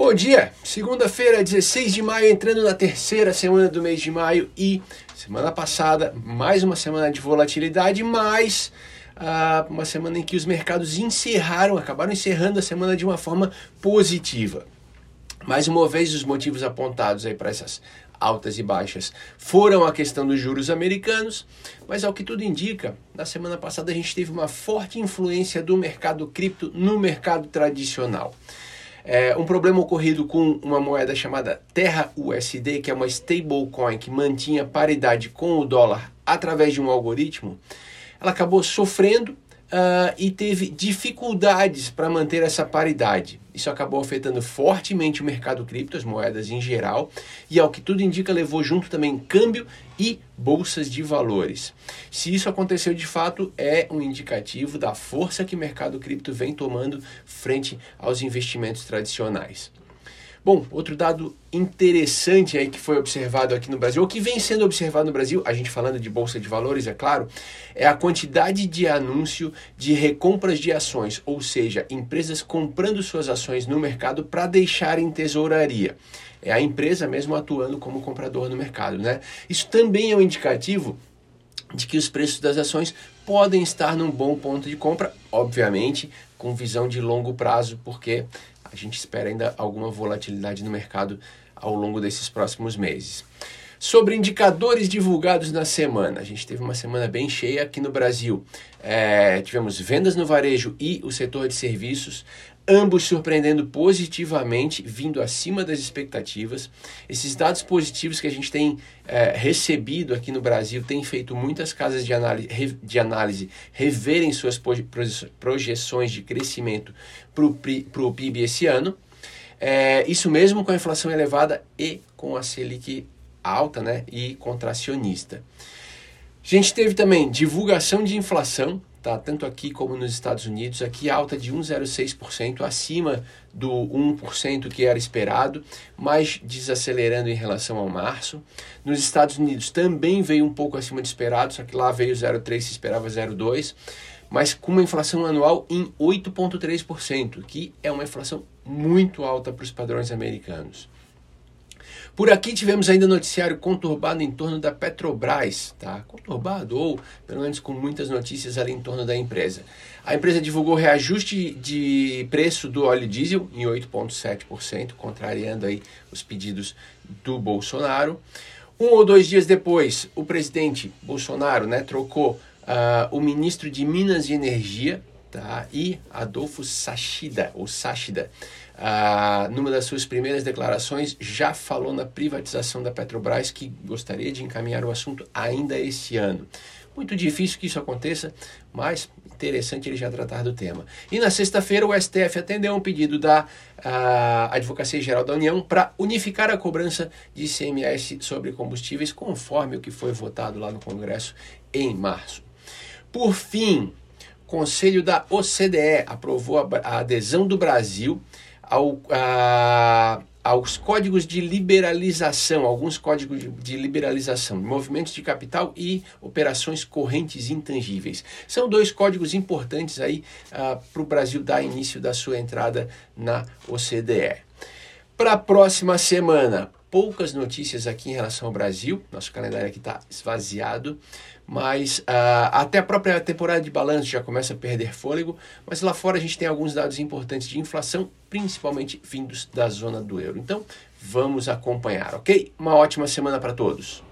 Bom dia, segunda-feira, 16 de maio, entrando na terceira semana do mês de maio e semana passada, mais uma semana de volatilidade, mais uma semana em que os mercados acabaram encerrando a semana de uma forma positiva. Mais uma vez, os motivos apontados aí para essas altas e baixas foram a questão dos juros americanos, mas ao que tudo indica, na semana passada a gente teve uma forte influência do mercado cripto no mercado tradicional. Um problema ocorrido com uma moeda chamada Terra USD, que é uma stablecoin que mantinha paridade com o dólar através de um algoritmo, ela acabou sofrendo e teve dificuldades para manter essa paridade. Isso acabou afetando fortemente o mercado cripto, as moedas em geral, e ao que tudo indica levou junto também câmbio e bolsas de valores. Se isso aconteceu de fato, é um indicativo da força que o mercado cripto vem tomando frente aos investimentos tradicionais. Bom, outro dado interessante aí que foi observado aqui no Brasil, ou que vem sendo observado no Brasil, a gente falando de bolsa de valores, é claro, é a quantidade de anúncio de recompras de ações, ou seja, empresas comprando suas ações no mercado para deixar em tesouraria. É a empresa mesmo atuando como comprador no mercado, né? Isso também é um indicativo de que os preços das ações podem estar num bom ponto de compra, obviamente, com visão de longo prazo, porque a gente espera ainda alguma volatilidade no mercado ao longo desses próximos meses. Sobre indicadores divulgados na semana, a gente teve uma semana bem cheia aqui no Brasil. Tivemos vendas no varejo e o setor de serviços, ambos surpreendendo positivamente, vindo acima das expectativas. Esses dados positivos que a gente tem recebido aqui no Brasil têm feito muitas casas de análise reverem suas projeções de crescimento para o PIB esse ano. Isso mesmo com a inflação elevada e com a Selic alta, né, e contracionista. A gente teve também divulgação de inflação, tá? Tanto aqui como nos Estados Unidos, aqui alta de 1,06%, acima do 1% que era esperado, mas desacelerando em relação ao março. Nos Estados Unidos também veio um pouco acima do esperado, só que lá veio 0,3%, se esperava 0,2%, mas com uma inflação anual em 8,3%, que é uma inflação muito alta para os padrões americanos. Por aqui tivemos ainda noticiário conturbado em torno da Petrobras, tá? Conturbado ou pelo menos com muitas notícias ali em torno da empresa. A empresa divulgou reajuste de preço do óleo diesel em 8,7%, contrariando aí os pedidos do Bolsonaro. 1 ou 2 dias depois, o presidente Bolsonaro, né, trocou o ministro de Minas e Energia, tá? E Adolfo Sachida, numa das suas primeiras declarações, já falou na privatização da Petrobras, que gostaria de encaminhar o assunto ainda esse ano. Muito difícil que isso aconteça, mas interessante ele já tratar do tema. E na sexta-feira o STF atendeu um pedido da Advocacia Geral da União para unificar a cobrança de ICMS sobre combustíveis, conforme o que foi votado lá no Congresso em março. Por fim, o Conselho da OCDE aprovou a adesão do Brasil aos códigos de liberalização, alguns códigos de liberalização, movimentos de capital e operações correntes intangíveis. São 2 códigos importantes aí para o Brasil dar início da sua entrada na OCDE. Para a próxima semana, poucas notícias aqui em relação ao Brasil, nosso calendário aqui está esvaziado, mas até a própria temporada de balanço já começa a perder fôlego, mas lá fora a gente tem alguns dados importantes de inflação, principalmente vindos da zona do euro. Então, vamos acompanhar, ok? Uma ótima semana para todos!